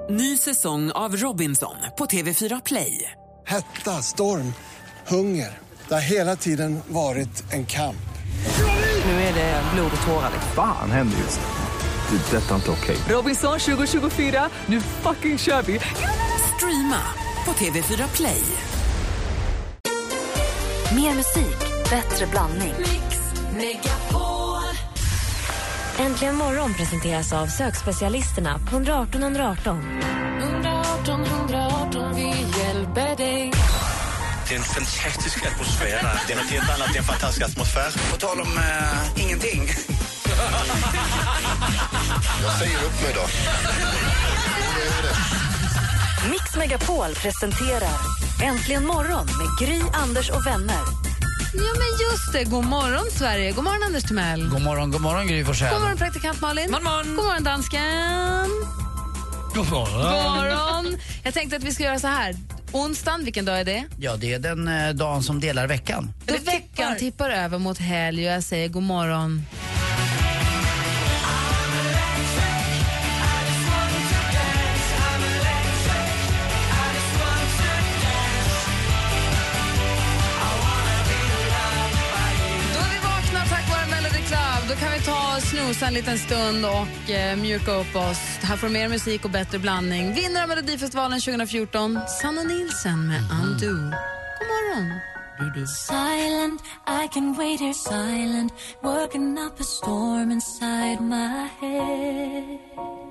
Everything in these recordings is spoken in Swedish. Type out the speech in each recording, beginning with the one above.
Ny säsong av Robinson på TV4 Play. Hetta, storm, hunger. Det har hela tiden varit en kamp. Nu är det blod och tårar. Fan händer just nu. Det. Detta är inte okej. Robinson 2024, nu fucking kör vi. Streama på TV4 Play. Mer musik, bättre blandning. Mix Megapol. Äntligen morgon presenteras av sökspecialisterna på 118 118. 118 118, vi hjälper dig. Det är en fantastisk atmosfär. Det är något helt annat, det är en fantastisk atmosfär. På tal om ingenting. Jag säger upp mig då. Mix Megapol presenterar Äntligen morgon med Gry, Anders och vänner. Ja, men just det. God morgon, Sverige. God morgon, Anders Timell. God morgon, Gry Forssell. God morgon, praktikant Malin. God morgon. God morgon, dansken. God morgon. God morgon. Jag tänkte att vi ska göra så här. Onsdagen, vilken dag är det? Ja, det är den dagen som delar veckan. Då veckan tippar över mot helg och jag säger god morgon. Då kan vi ta och snusa en liten stund och mjuka upp oss. Här får mer musik och bättre blandning. Vinnare av Melodifestivalen 2014, Sanna Nilsson med Undo. God morgon. Silent, I can wait here silent, working up a storm inside my head.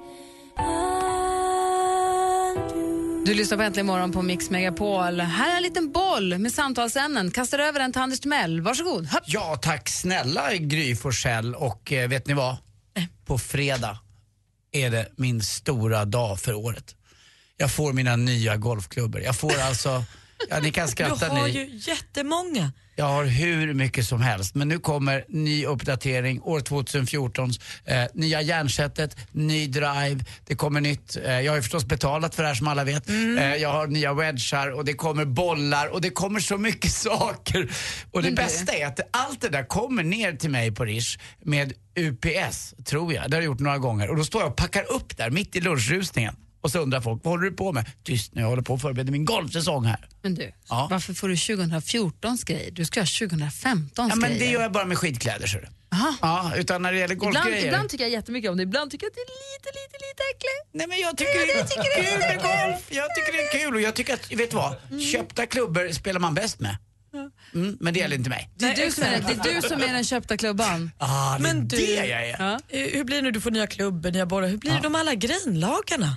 Du lyssnar på Äntligen morgon på Mix Megapol. Här är en liten boll med samtalsämnen. Kastar över den till Anders Timell. Varsågod. Hopp. Ja, tack snälla Gry Forssell. Och vet ni vad? På fredag är det min stora dag för året. Jag får mina nya golfklubbor. Jag får alltså... Ja, ni kan skratta. Du har ju jättemånga. Jag har hur mycket som helst. Men nu kommer ny uppdatering, år 2014, nya järnsättet, ny drive, det kommer nytt. Jag har ju förstås betalat för det här som alla vet. Jag har nya wedgar och det kommer bollar och det kommer så mycket saker. Och det bästa är att allt det där kommer ner till mig på Rish med UPS, tror jag. Det har jag gjort några gånger. Och då står jag och packar upp där mitt i lunchrusningen. Och så undrar folk, vad håller du på med? Tyst nu, jag håller på att förbereda min golfsäsong här. Men du, varför får du 2014 grejer? Du ska ha 2015 grejer. Ja, men det grejer. gör jag bara med skidkläder, så det. Ja, utan när det gäller golfgrejer. Ibland tycker jag jättemycket om det, ibland tycker jag att det är lite äckligt. Nej, men jag tycker det är kul med golf. Jag tycker det är kul och jag tycker att, vet du vad? Köpta klubbor spelar man bäst med. Men det gäller inte mig. Det är du som är den köpta klubban. Men det jag är. Hur blir det nu du får nya klubbor, nya bollar? Hur blir det de alla grinlagarna?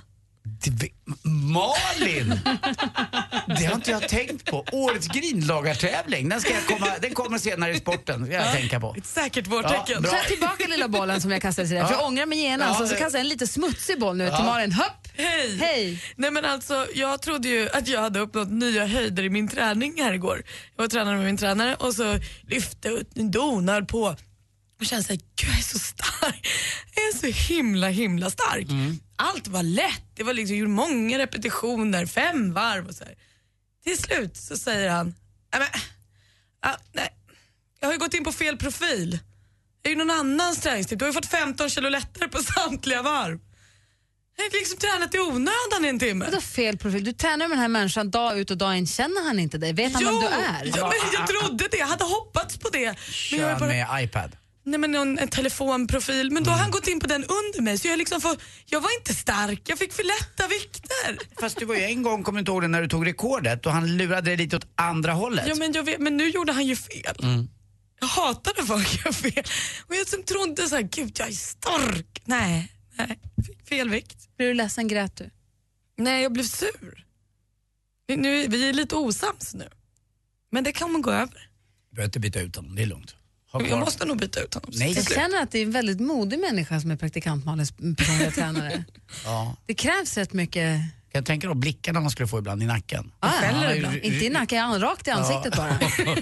Malin! Det har inte jag tänkt på. Årets grinlagartävling, den kommer senare i sporten. Ska jag tänka på. Ett säkert vårtecken. Så tillbaka lilla bollen som jag kastade till dig. För jag ångrar mig genast. Och så kastar jag en lite smutsig boll nu till Malin. Hopp! Hej! Nej, men alltså, jag trodde ju att jag hade uppnått nya höjder i min träning här igår. Jag var tränare med min tränare och så lyfte ut en donad på. Och kände såhär, gud jag är så stark. Jag är så himla stark. Allt var lätt. Det var liksom, jag gjorde många repetitioner, 5 varv och så här. Till slut så säger han, nej, jag har ju gått in på fel profil. Jag är ju någon annans träningstyp. Du har ju fått 15 kilo lättare på samtliga varv. Jag har liksom tränat i onödan i en timme. Vadå fel profil? Du tränar med den här människan dag ut och dag in. Känner han inte dig? Vet han vem du är? Ja, men jag trodde det. Jag hade hoppats på det. Kör men med iPad. Nej, men en telefonprofil. Men då har han gått in på den under mig. Så jag var inte stark. Jag fick för lätta vikter. Fast du var ju en gång, kommer du inte ihåg det, när du tog rekordet och han lurade dig lite åt andra hållet. Ja, men jag vet, men nu gjorde han ju fel. Jag hatade folk jag fel. Och jag som trodde så här, gud jag är stark. Nej, fick fel vikt. Blir du ledsen, grät du? Nej, jag blev sur. Vi är lite osams nu. Men det kan man gå över. Du behöver inte byta ut honom, det är lugnt. Jag måste nog byta ut honom. Nej, jag känner att det är en väldigt modig människa som är praktikant Malins personliga tränare. Ja. Det krävs rätt mycket. Kan jag tänka då blickarna man skulle få ibland i nacken. Inte i nacken, rakt i ansiktet bara.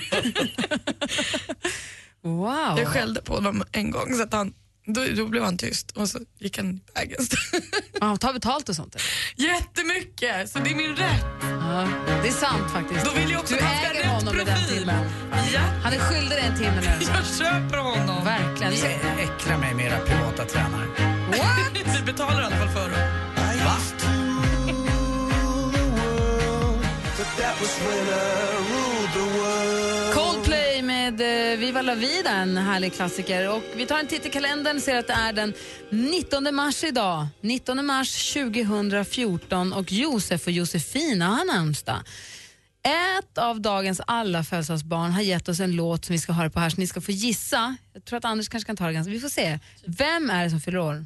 Wow. Jag skällde på honom en gång så att då blev han tyst och så gick han i vägen. Ta betalt och sånt? Jättemycket, så det är min rätt. Ja, det är sant faktiskt. Då vill jag också du äger honom i den timmen. Ja. Han är skyldig dig en timme nu. Jag köper honom. Verkligen. Jag äcklar mig med era privata tränare. What? Vi betalar i alla fall för dem. Va? Coldplay med Viva la vida, en härlig klassiker. Och vi tar en titt i kalendern, ser att det är den 19 mars idag. 19 mars 2014 och Josef och Josefina har namnsdag. Ett av dagens alla födelsedagsbarn har gett oss en låt som vi ska höra på här, så ni ska få gissa. Jag tror att Anders kanske kan ta det ganska. Vi får se. Vem är det som fyller år?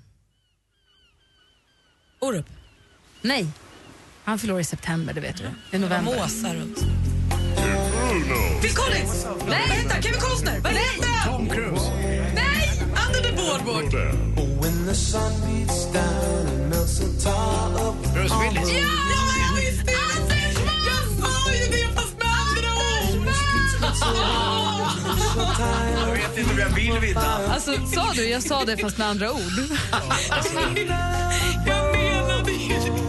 Orup. Nej. Han fyller år i september, det vet du. Det är november. Måsar runt. Phil Collins! Nej! Vad heter Kevin Costner? Vad heter Tom Cruise. Nej! Under the boardwalk. Bruce Willis. Ja, jag visste det! Jag sa ju det fast med andra ord! Jag vet inte om jag vill veta. Alltså, sa du? Jag sa det fast med andra ord. Jag menade ju.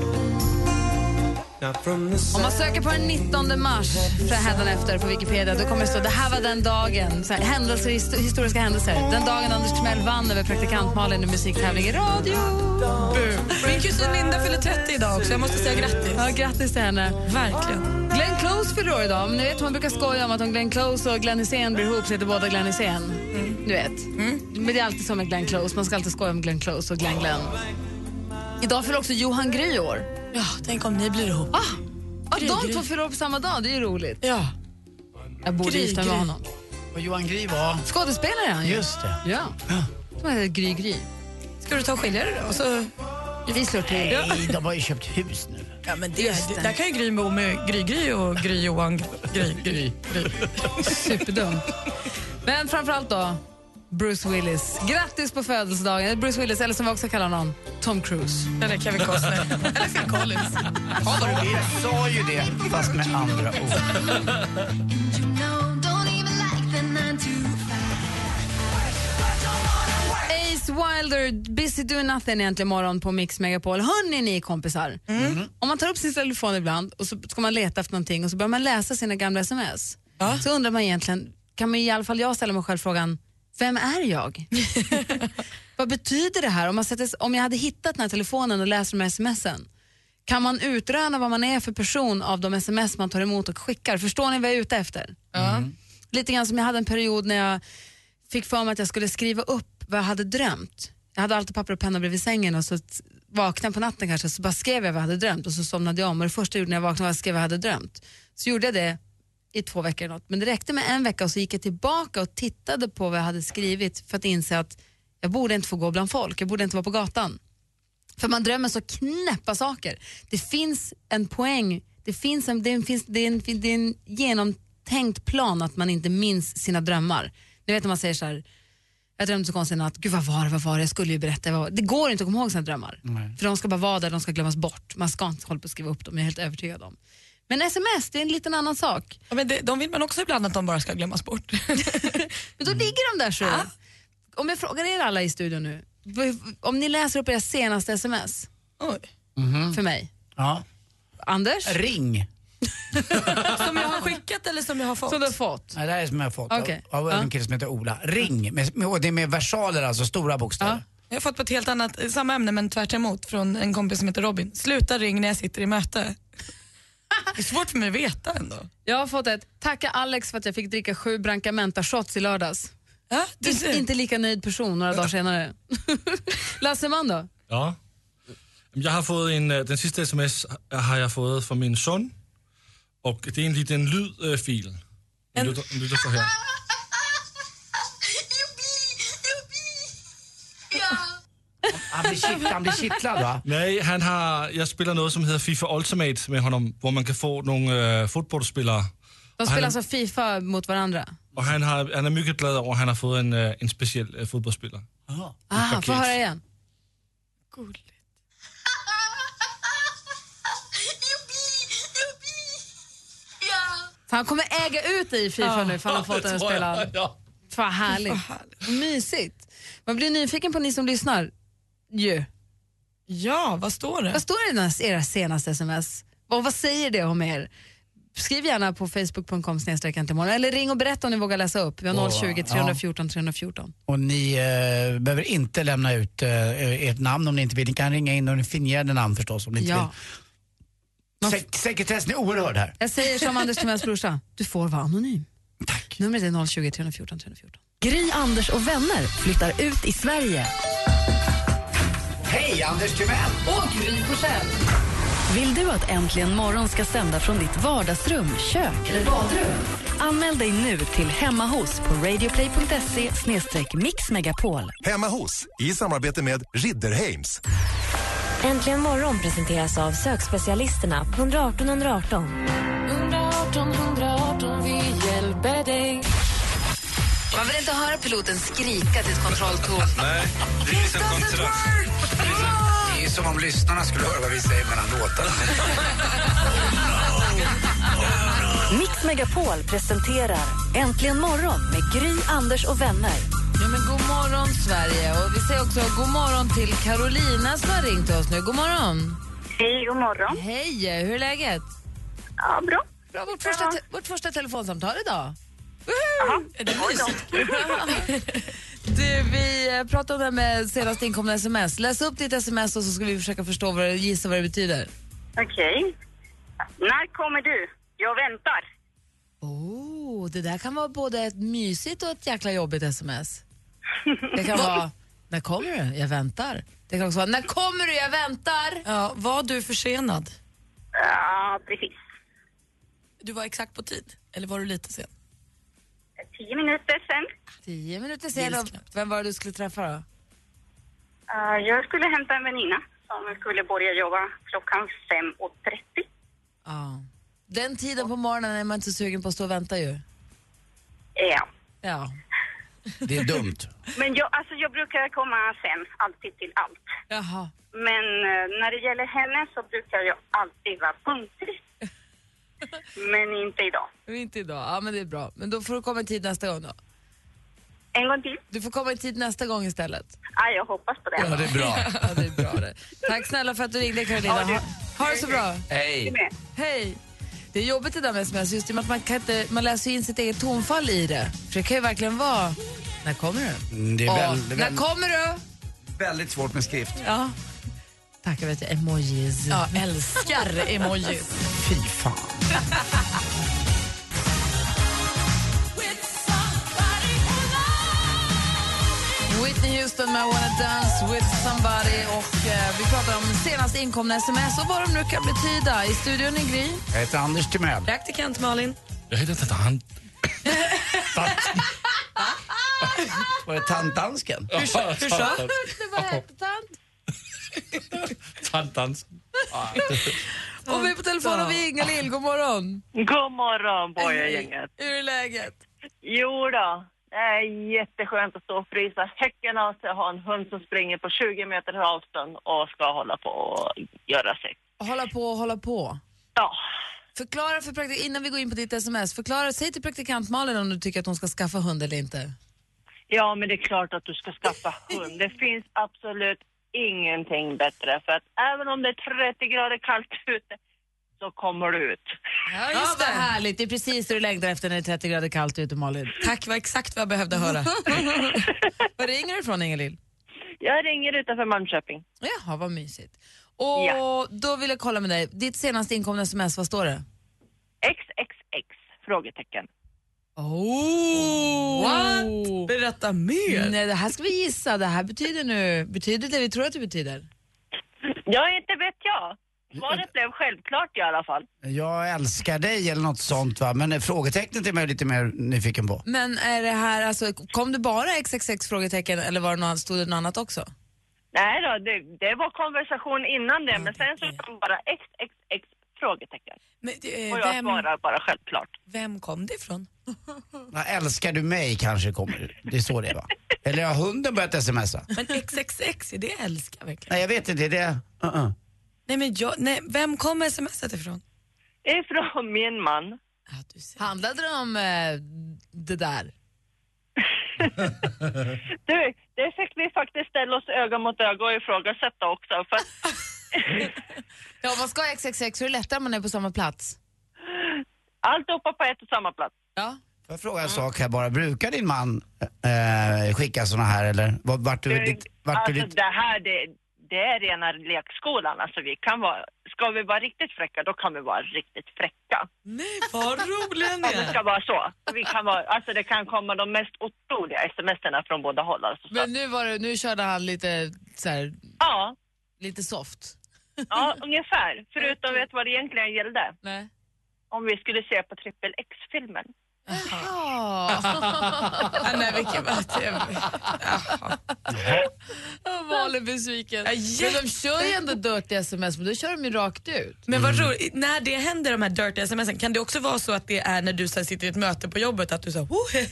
Om man söker på den 19 mars för hädanefter på Wikipedia, då kommer det stå det här var den dagen, så här, händelser, historiska händelser. Den dagen Anders Timell vann över praktikant Malin i musiktävling i radio. Min kusin Linda fyller 30 idag också, jag måste säga grattis. Ja, grattis till henne. Verkligen. Glenn Close fyller år idag. Men ni vet, man brukar skoja om att om Glenn Close och Glenn Hysén blir ihop så heter båda Glenn Hysén. Du vet. Men det är alltid så med Glenn Close. Man ska alltid skoja om Glenn Close och Glenn. Idag fyller också Johan Gry år. Ja, tänk om ni blir ihop. De två fyller år på samma dag, det är ju roligt. Ja. Jag borde gifta med honom. Och Johan Gry var... Skådespelare han. Just det. Ja. Som heter Gry. Ska du ta och skilja dig då? Och så... Vi slår till. Nej, de har ju köpt hus nu. Ja, men där kan ju Gry bo med Gry och Gry Johan Gry. Superdumt. Men framförallt då Bruce Willis. Grattis på födelsedagen. Bruce Willis, eller som vi också kallar honom, Tom Cruise. Eller Kevin Costner. Eller Phil Collins. Ja, vad du vill. Jag sa ju det, fast med andra ord. Ace Wilder, Busy Doing Nothing egentligen morgon på Mix Megapol. Hörrni ni kompisar, om man tar upp sin telefon ibland och så ska man leta efter någonting och så börjar man läsa sina gamla sms. Så undrar man egentligen, kan man i alla fall jag ställa mig själv frågan, vem är jag? Vad betyder det här? Om jag hade hittat den här telefonen och läst de här smsen, kan man utröna vad man är för person av de sms man tar emot och skickar? Förstår ni vad jag är ute efter? Lite grann som jag hade en period när jag fick för mig att jag skulle skriva upp vad jag hade drömt. Jag hade alltid papper och penna bredvid sängen och så vaknade på natten kanske, så bara skrev jag vad jag hade drömt och så somnade jag om. Och det första jag gjorde när jag vaknade var att skriva vad jag hade drömt. Så gjorde jag det i 2 veckor eller något. Men det räckte med 1 vecka och så gick jag tillbaka och tittade på vad jag hade skrivit för att inse att jag borde inte få gå bland folk. Jag borde inte vara på gatan. För man drömmer så knäppa saker. Det finns en poäng. Det är en genomtänkt plan att man inte minns sina drömmar. Ni vet när man säger så här, jag drömde så konstigt att gud vad var det? Jag skulle ju berätta. Det går inte att komma ihåg sina drömmar. Nej. För de ska bara vara där, de ska glömmas bort. Man ska inte hålla på att skriva upp dem, jag är helt övertygad om. Men sms, det är en liten annan sak. Ja, men de vill man också ibland att de bara ska glömmas bort. Men då ligger de där så. Ja. Om jag frågar er alla i studion nu, om ni läser upp era senaste sms. Oj. För mig. Ja. Anders? Ring. Som jag har skickat eller som jag har fått? Som du har fått? Nej, det här är som jag har fått av en kille som heter Ola. Ring, och det är med versaler, alltså stora bokstäver. Ja. Jag har fått på ett helt annat, samma ämne men tvärt emot från en kompis som heter Robin. Sluta ring när jag sitter i möte. Det är svårt för mig att veta ändå. Jag har fått ett, tacka Alex för att jag fick dricka 7 Brancamenta shots i lördags. Ja, inte lika nöjd person några dagar senare. Lasseman då? Ja. Jag har fått den sista sms har jag fått från min son. Och det är en liten lydfil. Den lyder så här. Han blir kittlad, va? Nej, jag spelar något som heter FIFA Ultimate med honom, där man kan få några fotbollsspelare. De spelar alltså FIFA mot varandra? Och han är mycket glad över att han har fått en speciell fotbollsspelare. Får höra igen. Gulligt. Så han kommer äga ut i FIFA nu för han har fått den att spela. Vad härligt. Mysigt. Man blir nyfiken på ni som lyssnar. Ja, vad står det? Vad står det i era senaste sms? Och vad säger det om er? Skriv gärna på facebook.com/äntligenmorgon eller ring och berätta om ni vågar läsa upp. Vi har 020-314 314. Och ni behöver inte lämna ut ert namn om ni inte vill. Ni kan ringa in och fingerade namn förstås om ni inte vill. Sekretessen är oerhörd här. Jag säger som Anders Timells brorsa, du får vara anonym. Tack. Numret är 020 314 314. Gry, Anders och vänner flyttar ut i Sverige. Hej, Anders Timell! Och Gry Forssell. Vill du att Äntligen morgon ska sända från ditt vardagsrum, kök eller badrum? Anmäl dig nu till Hemma hos på radioplay.se/mixmegapol. Hemma hos, i samarbete med Ridderheims. Äntligen morgon presenteras av sökspecialisterna på 118 118. 118 118, vi hjälper dig. Man vill inte höra piloten skrika till ett kontrolltorn. Nej, det är liksom kontrast. Det är ju som om lyssnarna skulle höra vad vi säger mellan låtarna. Mix Megapol presenterar Äntligen morgon med Gry, Anders och vänner. Ja, men god morgon Sverige. Och vi säger också god morgon till Carolina som har ringt oss nu. God morgon. Hej, god morgon. Hej, hur är läget? Ja, bra. Bra, vårt första telefonsamtal idag. Jaha, är det mysigt? Du, vi pratar om det här med senast inkomna sms. Läs upp ditt sms och så ska vi försöka förstå gissa vad det betyder. Okej. När kommer du? Jag väntar. Det där kan vara både ett mysigt och ett jäkla jobbigt sms. Det kan vara, när kommer du? Jag väntar. Det kan också vara, när kommer du? Jag väntar. Ja, var du försenad? Ja, precis. Du var exakt på tid, eller var du lite sen? 10 minuter sen. 10 minuter sen. Vem var det du skulle träffa då? Jag skulle hämta en väninna som skulle börja jobba klockan 5:30. Ja. Den tiden på morgonen är man inte sugen på att stå och vänta ju. Ja. Det är dumt. Men jag brukar komma sen, alltid till allt. Jaha. Men när det gäller henne så brukar jag alltid vara punktlig. Men inte idag. Inte idag, ja men det är bra. Men då får du komma i tid nästa gång då. En gång till. Du får komma i tid nästa gång istället. Ja, jag hoppas på det. Ja, det är bra. Ja, det är bra det. Tack snälla för att du ringde, Carolina. Ha det så bra. Hej. Hej. Det är jobbigt det där med sms, just i och med att man läser in sitt eget tonfall i det. För det kan ju verkligen vara, när kommer du? Det är när kommer du? Väldigt svårt med skrift. Ja. Tack, jag vet jag. Emojis. Ja, älskar emojis. Fy fan. Whitney Houston med Wanna Dance with Somebody. Och vi pratar om senast inkomna sms och vad de nu kan betyda. I studion i Gry. Jag heter Anders Timell. Praktikant Malin. Jag heter Tant. Var det tantdansken? Hur så? Vad hette tant? Tantdansken. Och vi är på telefon och vi Ingalill. God morgon. God morgon, boja-gänget. Hur är läget? Jo då. Det är jätteskönt att stå och frysa häcken av sig och ha en hund som springer på 20 meters avstånd och ska hålla på och göra sig. Hålla på. Ja. Förklara innan vi går in på ditt sms, säg till praktikant Malin om du tycker att hon ska skaffa hund eller inte. Ja, men det är klart att du ska skaffa hund. Det finns absolut ingenting bättre. För att även om det är 30 grader kallt ute så kommer du ut. Ja, just det. Härligt. Det är precis det du längtar efter när det är 30 grader kallt ute, Malin. Tack, var exakt vad jag behövde höra. Var ringer du ifrån, Ingalill? Jag ringer utanför Malmköping. Jaha, vad mysigt. Och då vill jag kolla med dig. Ditt senaste inkomna sms, vad står det? XXX, frågetecken. What? Berätta mer. Nej, det här ska vi gissa. Det här betyder det vi tror att det betyder. Ja, inte vet jag. Svaret blev självklart i alla fall. Jag älskar dig eller något sånt va, men frågetecknet är man lite mer nyfiken på. Men är det här, alltså, kom det bara XXX frågetecken eller var det stod det något annat också? Nej då, det var konversation innan det, men sen så kom bara XXX frågetecken. Men, och jag svarar bara självklart. Vem kom det ifrån? Älskar du mig kanske kommer, det är så det va? Eller har hunden börjat smsa? Men XXX, är det älskar verkligen? Nej jag vet inte, det är det. Nej, vem kom sms:et ifrån? Ifrån min man. Ja, handlade det om det där? Du, det fick vi faktiskt ställa oss öga mot öga och ifrågasätta också. För... Ja, man ska XXX, hur är det lättare om man är på samma plats? Alltihopa på ett och samma plats. Ja. Får jag fråga en sak här bara, brukar din man skicka såna här eller? Det det är rena lekskolan. Alltså ska vi vara riktigt fräcka, då kan vi vara riktigt fräcka. Nej, vad roliga ni är. Det ska vara så. Det kan komma de mest otroliga sms'erna från båda håll. Alltså, men nu körde han lite så här, ja. Lite soft. Ja, ungefär. Förutom vet vad det egentligen gällde. Nej. Om vi skulle se på Triple X-filmen. Nej, vilken Malin besviken. Men de kör ju ändå dirty sms, men då kör de ju rakt ut. Men vad roligt, när det händer de här dirty sms'en, kan det också vara så att det är när du sitter i ett möte på jobbet att du säger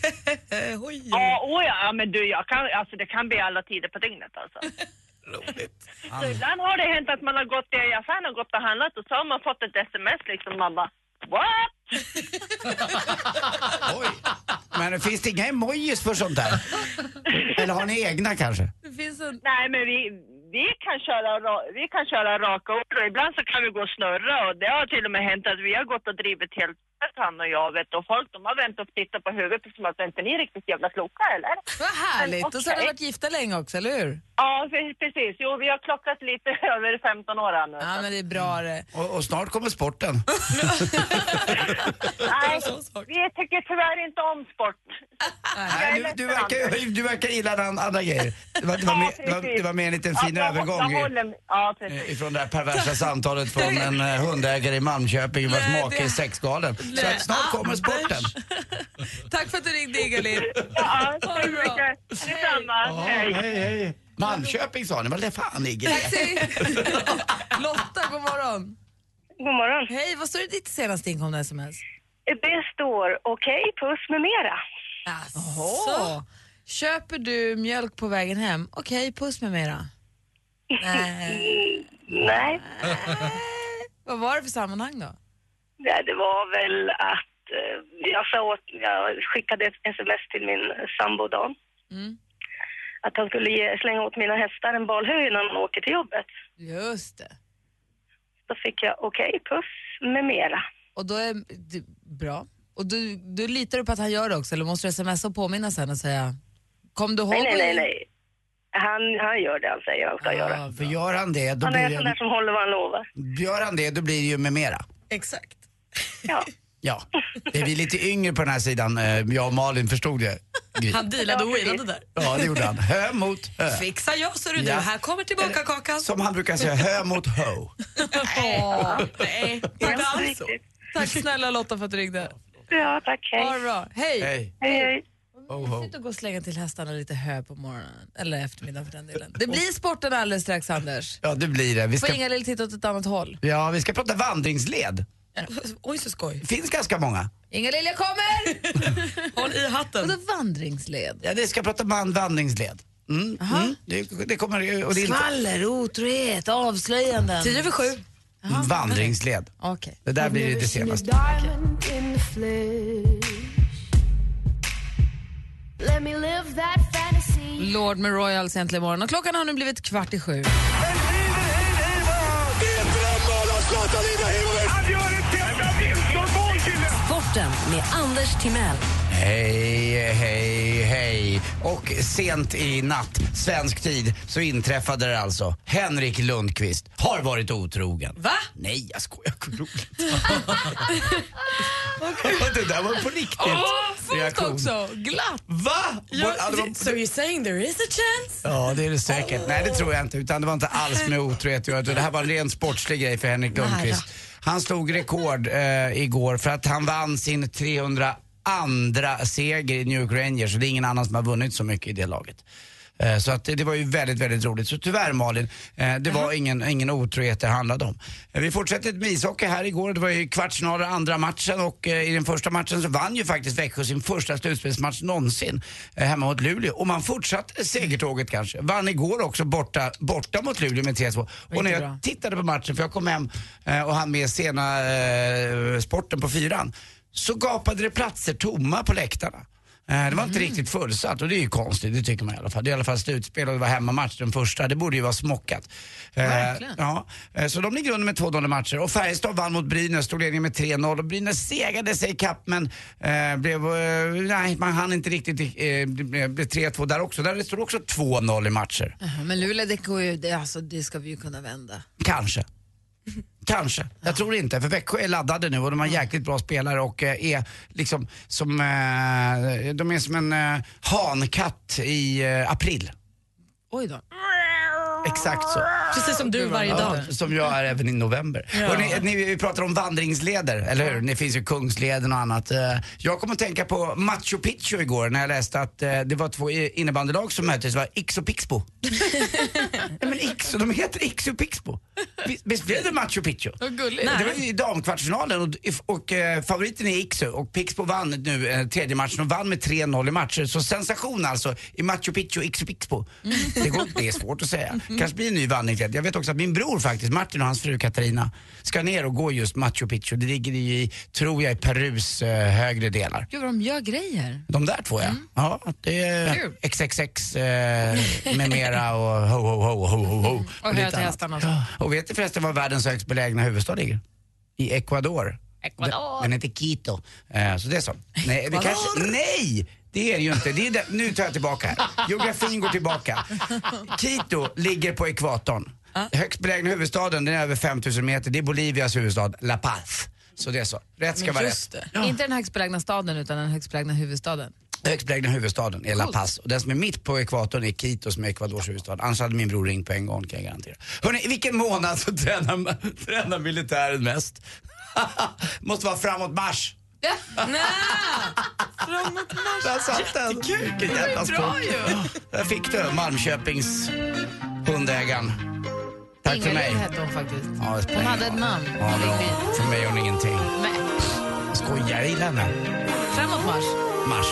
ja, men du, det kan bli alla tider på dygnet alltså. Roligt. Så ibland har det hänt att man har gått i affären och gått och handlat och så har man fått ett sms liksom, man bara, what? Oj. Men finns det inga emojis för sånt där? Eller har ni egna kanske? Nej, men vi kan köra raka ord och ibland så kan vi gå och snurra och det har till och med hänt att vi har gått och drivit helt han och jag vet och folk de har vänt och tittat på huvudet som att inte ni är riktigt jävla kloka eller? Vad härligt, men, okay. Och så har ni varit gifta länge också, eller hur? Ja, precis. Jo, vi har klockat lite över 15 år nu. Ja, men det är bra det. Och snart kommer sporten. Nej, vi tycker tyvärr inte om sport. Nej, du verkar gilla andra grejer. Det var mer en liten fin övergång ifrån det här perversa samtalet från en hundägare i Malmköping vars make är sexgalen. Så att snart kommer sporten. Tack för att du ringde, Inga-Lill. Ja, tack så mycket. Detsamma. Hej. Malmköping sa ni, vad är det fan ligger det? Taxi! Lotta, god morgon. God morgon. Hej, vad står det ditt senaste inkomna sms? Det står okej, puss med mera. Alltså. Köper du mjölk på vägen hem? Okej, puss med mera. Nej. Vad var det för sammanhang då? Ja, det var väl att jag skickade ett sms till min sambo Dan. Att han skulle slänga åt mina hästar en balhöj när han åker till jobbet. Just det. Då fick jag okej, puss med mera. Och då är det bra. Och du litar du på att han gör det också? Eller måste du smsa och påminna sen och säga kom du ihåg? Nej. Han gör det han säger han ska göra. För gör han det, då han blir är sån där som håller vad han lovar. Gör han det, då blir det ju med mera. Exakt. Ja. Ja, det är vi lite yngre på den här sidan. Jag och Malin förstod det. Han dealade och winade där. Ja, det gjorde han. Hö mot hö. Fixa jag så du, här kommer tillbaka kakan. Som han brukar säga, hö mot hö. Nej, inte alls så. Tack snälla Lotta för att du ringde. Ja, tack. Hej. Ha det bra. Hej. Hej. Sitt och gå och slänga till hästarna lite hö på morgonen. Eller eftermiddag för den delen. Det blir sporten alldeles strax, Anders. Ja, det blir det. Vi ska... Får Inga-Lill titta åt ett annat håll. Ja, vi ska prata vandringsled. Oj, så skoj. Finns ganska många. Inga-Lill, jag kommer! Håll i hatten. Vadå vandringsled? Ja, det ska prata vandringsled. Det kommer... Och det skvaller, otrohet, avslöjanden. 10/7. Vandringsled. Okay. Det där blir det senaste. Lord med Royals äntligen morgon. Och klockan har nu blivit 6:15. Sporten med Anders Timell. Hej. Och sent i natt, svensk tid, så inträffade det alltså. Henrik Lundqvist har varit otrogen. Va? Nej, jag skojar. Det där var på riktigt. Fullt också, glatt. Va? So you're saying there is a chance? Ja, det är det säkert. Nej, det tror jag inte. Utan det var inte alls med otrohet. Det här var en ren sportslig grej för Henrik Lundqvist. Han slog rekord igår för att han vann sin 302 seger i New York Rangers. Och det är ingen annan som har vunnit så mycket i det laget. Så att det var ju väldigt, väldigt roligt. Så tyvärr Malin, det var ingen otrohet det handlade om. Vi fortsätter med ishockey här igår. Det var ju kvartsfinaler andra matchen och i den första matchen så vann ju faktiskt Växjö sin första slutspelsmatch någonsin hemma mot Luleå. Och man fortsatte segertåget kanske. Vann igår också borta mot Luleå med 3-2. Och när jag tittade på matchen, för jag kom hem och hann med sena sporten på 4:an, så gapade det platser tomma på läktarna. Det var inte riktigt fullsatt och det är ju konstigt, det tycker man i alla fall. Det är i alla fall slutspel och det var hemmamatch den första, det borde ju vara smockat. Ja, så de ligger under med 2-0 matcher och Färjestad vann mot Brynäs, stod ledningen med 3-0 och Brynäs segade sig i kapp men man hann inte riktigt, det blev 3-2 där också. Där stod också 2-0 i matcher. Men Luleå, det ska vi ju kunna vända. Kanske. Jag tror inte, för Växjö är laddade nu och de har jäkligt bra spelare och är liksom som de är som en hankatt i april. Oj då. Exakt så. Precis som du varje dag. Som jag är även i november. Ja. Vi pratar om vandringsleder, eller hur? Det finns ju Kungsleden och annat. Jag kom att tänka på Machu Picchu igår när jag läste att det var 2 innebandylag som möttes. Det var Ix och Pixbo. Men de heter Ix och Pixbo. Visst blev det Machu Picchu? Gulligt. Det var ju i damkvartsfinalen och favoriten är Ixu och Pixbo vann nu tredje matchen och vann med 3-0 i matcher. Så sensation alltså i Machu Picchu och Ix och Pixbo. Det är svårt att säga. Kanske blir en ny vandring. Jag vet också att min bror faktiskt, Martin och hans fru Katarina, ska ner och gå just Machu Picchu. Det ligger i, tror jag, i Perus högre delar. Gud, de gör grejer. De där 2, ja. Ja, det är XXX med mera och ho. Och höra till hästarna också. Och vet du förresten var världens högst belägna huvudstad ligger? I Ecuador. Den heter Quito. Så det är så. Nej, det är det ju inte. Nu tar jag tillbaka här. Geografin går tillbaka. Quito ligger på ekvatorn. Högst belägna huvudstaden, den är över 5000 meter. Det är Bolivias huvudstad, La Paz. Så det är så. Rätt ska vara rätt. Ja. Inte den högst belägna staden utan den högst belägna huvudstaden. Den högst belägna huvudstaden är La Paz. Och den som är mitt på ekvatorn är Quito som är Ecuadors huvudstad. Annars hade min bror ringt på en gång, kan jag garantera. Hörrni, i vilken månad så tränar militären mest? Måste vara framåt mars. Nej! Framåt mars. Där satt den. Vilken jävla sport. Där fick du Malmköpings hundägaren. Tack för mig. Hette hon faktiskt. Ja, hon hade ett namn. Ja, för mig hon ingenting. Nej. Skojar i henne. Framåt mars. Mars.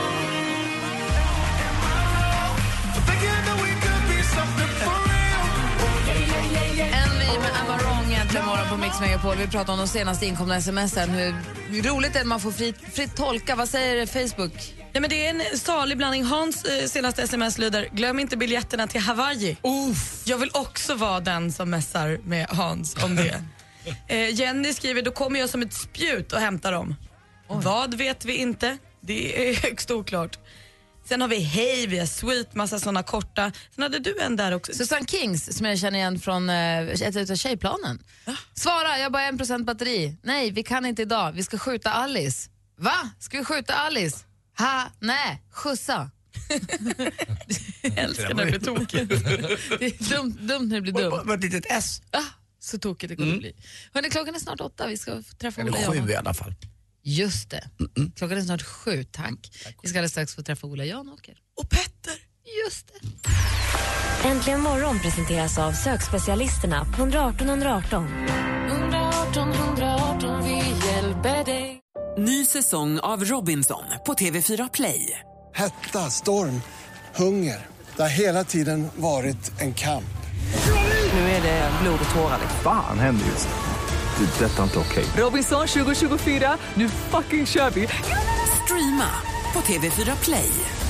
Morgon på Mix Megapol. Vi pratar om de senaste inkomna sms'en. Hur roligt är det att man får fritt tolka. Vad säger Facebook? Nej, men det är en salig blandning. Hans senaste sms lyder: glöm inte biljetterna till Hawaii. Jag vill också vara den som messar med Hans om det. Jenny skriver: då kommer jag som ett spjut och hämtar dem. Vad vet vi inte. Det är högst oklart. Sen har vi hej, vi har sweet, massa såna korta. Sen hade du en där också. Susanne Kings, som jag känner igen från ett utav tjejplanen. Svara, jag har bara 1% batteri. Nej, vi kan inte idag. Vi ska skjuta Alice. Va? Ska vi skjuta Alice? Nej, skjutsa. Jag älskar när det blir tokigt. Det är dumt när det blir dumt. Vad ett litet S. Så tokigt det kommer bli. Hörrni, klockan är snart 8. Vi ska träffa Ola Jan. 7 i alla fall. Just det. Klockan är snart 7, tack. Vi ska alldeles strax få träffa Ola Janåker. Och Petter. Just det. Äntligen morgon presenteras av sökspecialisterna på 118 118. 118 118, vi hjälper dig. Ny säsong av Robinson på TV4 Play. Hetta, storm, hunger. Det har hela tiden varit en kamp. Nu är det blod och tårar. Fan händer just det. Det är detta inte okej. Robinson 2024, nu fucking kör vi. Streama på TV4 Play.